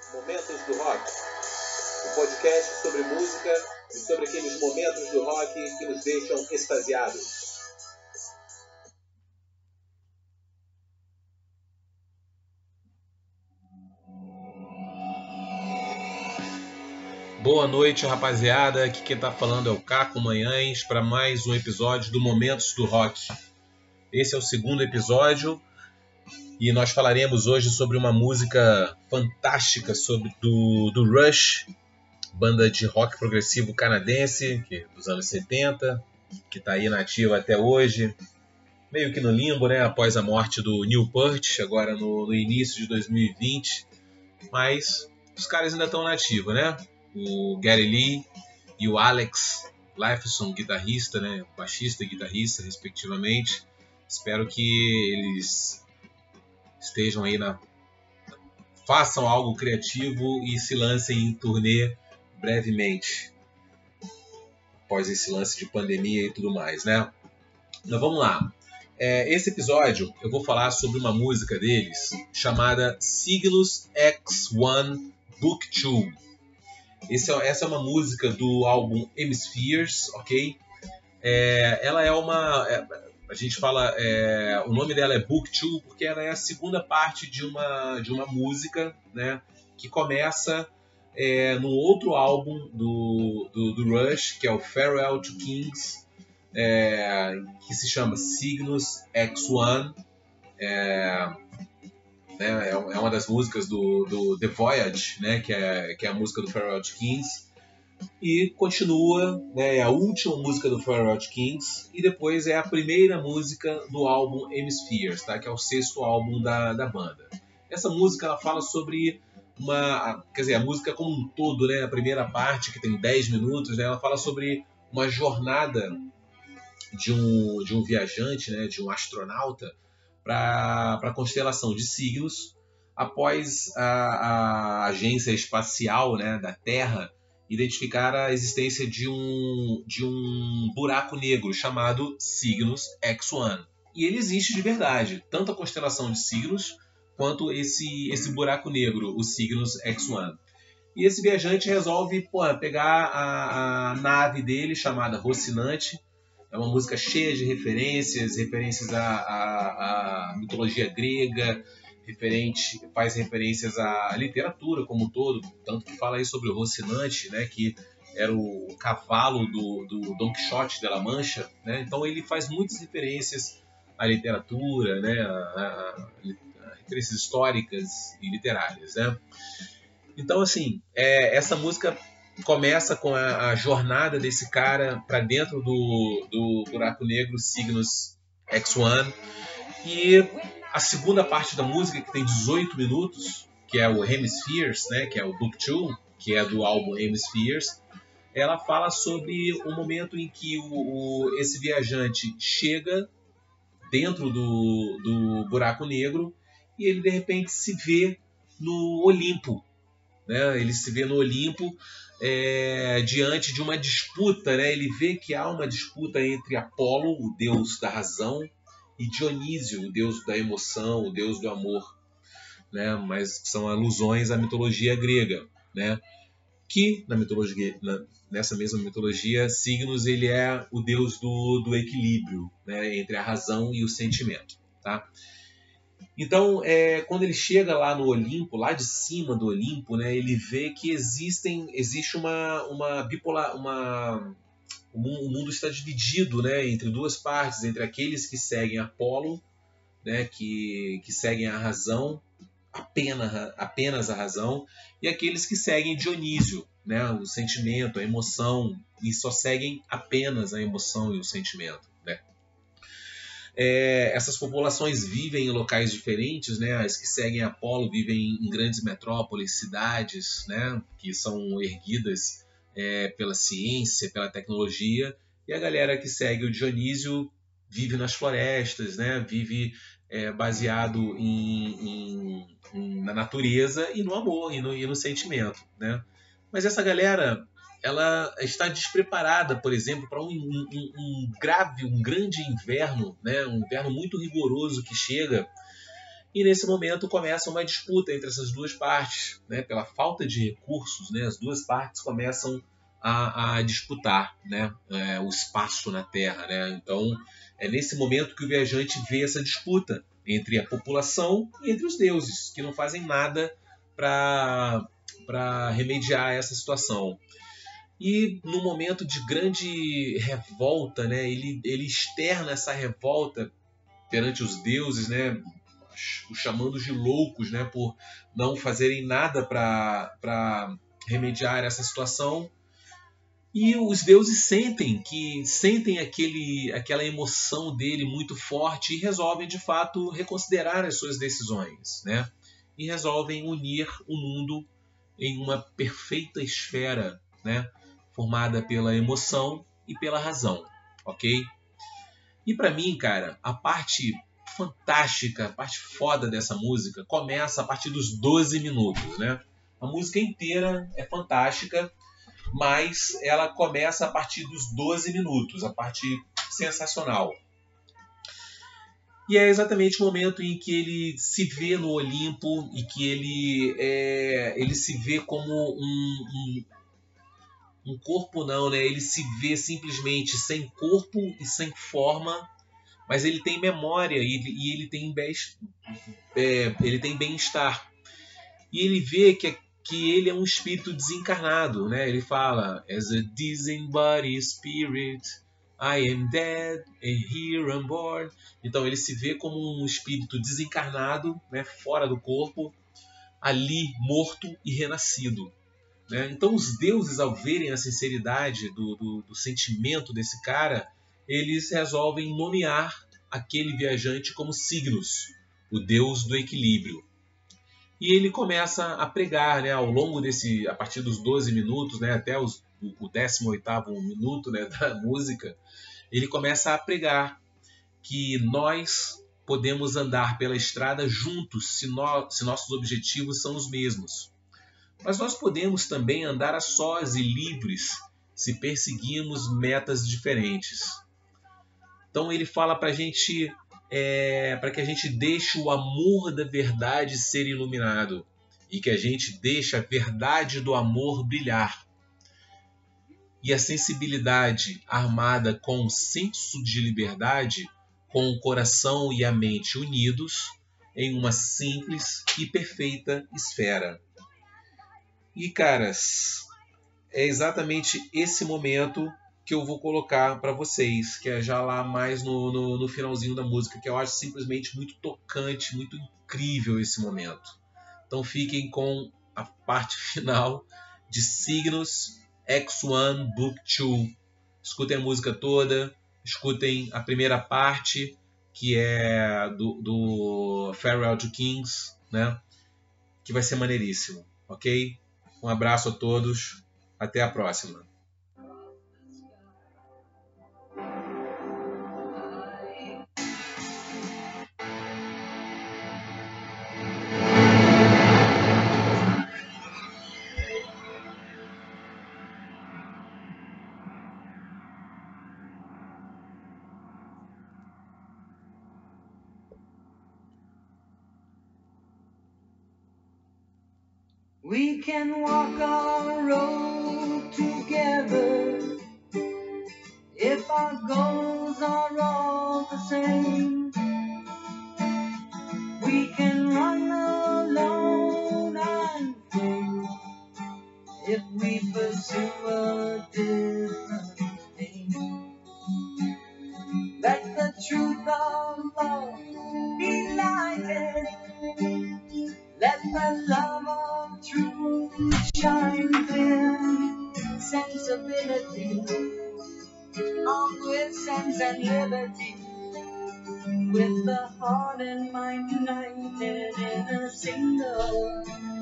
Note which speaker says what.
Speaker 1: Momentos do Rock, um podcast sobre música e sobre aqueles momentos do rock que nos deixam extasiados. Boa noite, rapaziada. Aqui quem tá falando é o Caco Manhães para mais um episódio do Momentos do Rock. Esse é o segundo episódio e nós falaremos hoje sobre uma música fantástica do Rush, banda de rock progressivo canadense dos anos 70, que está aí nativa até hoje, meio que no limbo, né, após a morte do Neil Peart, agora no início de 2020, mas os caras ainda estão nativos, né? O Geddy Lee e o Alex Lifeson, guitarrista, né, baixista e guitarrista, respectivamente. Espero que eles estejam aí façam algo criativo e se lancem em turnê brevemente, após esse lance de pandemia e tudo mais, né? Mas vamos lá. Esse episódio eu vou falar sobre uma música deles chamada Cygnus X1 Book 2. Essa é uma música do álbum Hemispheres, ok? Ela é uma... a gente fala... o nome dela é Book 2 porque ela é a segunda parte de uma música, né? Que começa no outro álbum do Rush, que é o Farewell to Kings, que se chama Cygnus X1. É uma das músicas do The Voyage, né, que é a música do Farewell to Kings, e continua, né, é a última música do Farewell to Kings, e depois é a primeira música do álbum Hemispheres, tá, que é o sexto álbum da banda. Essa música ela fala sobre a música como um todo, né, a primeira parte, que tem 10 minutos, né, ela fala sobre uma jornada de um viajante, né, de um astronauta, para a constelação de Cygnus, após a agência espacial, né, da Terra identificar a existência de um buraco negro chamado Cygnus X1. E ele existe de verdade, tanto a constelação de Cygnus quanto esse buraco negro, o Cygnus X1. E esse viajante resolve pegar a nave dele, chamada Rocinante. É uma música cheia de referências à mitologia grega, faz referências à literatura como um todo, tanto que fala aí sobre o Rocinante, né, que era o cavalo do Don Quixote de La Mancha, né? Então ele faz muitas referências à literatura, né, a referências históricas e literárias, né? Então, assim, essa música começa com a jornada desse cara para dentro do buraco negro Cygnus X1, e a segunda parte da música, que tem 18 minutos, que é o Hemispheres, né, que é o Book 2, que é do álbum Hemispheres, ela fala sobre o momento em que esse viajante chega dentro do buraco negro e ele de repente se vê no Olimpo, né? Ele se vê no Olimpo diante de uma disputa, né? Ele vê que há uma disputa entre Apolo, o deus da razão, e Dionísio, o deus da emoção, o deus do amor, né? Mas são alusões à mitologia grega, né? Que nessa mesma mitologia, Cygnus ele é o deus do equilíbrio, né? Entre a razão e o sentimento, tá? Então, quando ele chega lá no Olimpo, lá de cima do Olimpo, né, ele vê que existe uma bipolar, o mundo está dividido, né, entre duas partes, entre aqueles que seguem Apolo, né, que seguem a razão, apenas a razão, e aqueles que seguem Dionísio, né, o sentimento, a emoção, e só seguem apenas a emoção e o sentimento, né? Essas populações vivem em locais diferentes, né? As que seguem Apolo vivem em grandes metrópoles, cidades, né? Que são erguidas pela ciência, pela tecnologia, e a galera que segue o Dionísio vive nas florestas, né? Vive baseado na natureza e no amor e no sentimento, né? Mas essa galera, ela está despreparada, por exemplo, para um grande inverno, né? Um inverno muito rigoroso que chega, E nesse momento começa uma disputa entre essas duas partes, né? Pela falta de recursos, né? As duas partes começam a disputar, né? O espaço na Terra, né? Então é nesse momento que o viajante vê essa disputa entre a população e entre os deuses, que não fazem nada para remediar essa situação. E no momento de grande revolta, né, ele externa essa revolta perante os deuses, né, os chamando de loucos, né, por não fazerem nada para remediar essa situação. E os deuses sentem aquela emoção dele muito forte e resolvem de fato reconsiderar as suas decisões, né? E resolvem unir o mundo em uma perfeita esfera, né? Formada pela emoção e pela razão, ok? E para mim, cara, a parte fantástica, a parte foda dessa música começa a partir dos 12 minutos, né? A música inteira é fantástica, mas ela começa a partir dos 12 minutos, a parte sensacional. E é exatamente o momento em que ele se vê no Olimpo e que ele se vê como um corpo não, né? Ele se vê simplesmente sem corpo e sem forma, mas ele tem memória e ele tem bem-estar. E ele vê que ele é um espírito desencarnado, né? Ele fala, as a disembodied spirit, I am dead and here I'm born. Então ele se vê como um espírito desencarnado, né? Fora do corpo, ali morto e renascido. Né? Então os deuses, ao verem a sinceridade do sentimento desse cara, eles resolvem nomear aquele viajante como Signos, o deus do equilíbrio. E ele começa a pregar, né, ao longo a partir dos 12 minutos, né, até o 18º minuto, né, da música, ele começa a pregar que nós podemos andar pela estrada juntos se nossos objetivos são os mesmos. Mas nós podemos também andar a sós e livres se perseguirmos metas diferentes. Então ele fala para gente para que a gente deixe o amor da verdade ser iluminado e que a gente deixe a verdade do amor brilhar. E a sensibilidade armada com o senso de liberdade, com o coração e a mente unidos em uma simples e perfeita esfera. E caras, é exatamente esse momento que eu vou colocar para vocês, que é já lá mais no finalzinho da música, que eu acho simplesmente muito tocante, muito incrível esse momento. Então fiquem com a parte final de Signos X1 Book 2. Escutem a música toda, escutem a primeira parte, que é do Farewell to Kings, né? Que vai ser maneiríssimo, ok? Um abraço a todos, até a próxima.
Speaker 2: We can walk our road together if our goals are all the same. We can run alone and free if we pursue a different aim. Let the truth of love be lighted. Let the love of truth shine clear. Sensibility of with sense and liberty, with the heart and mind united in a single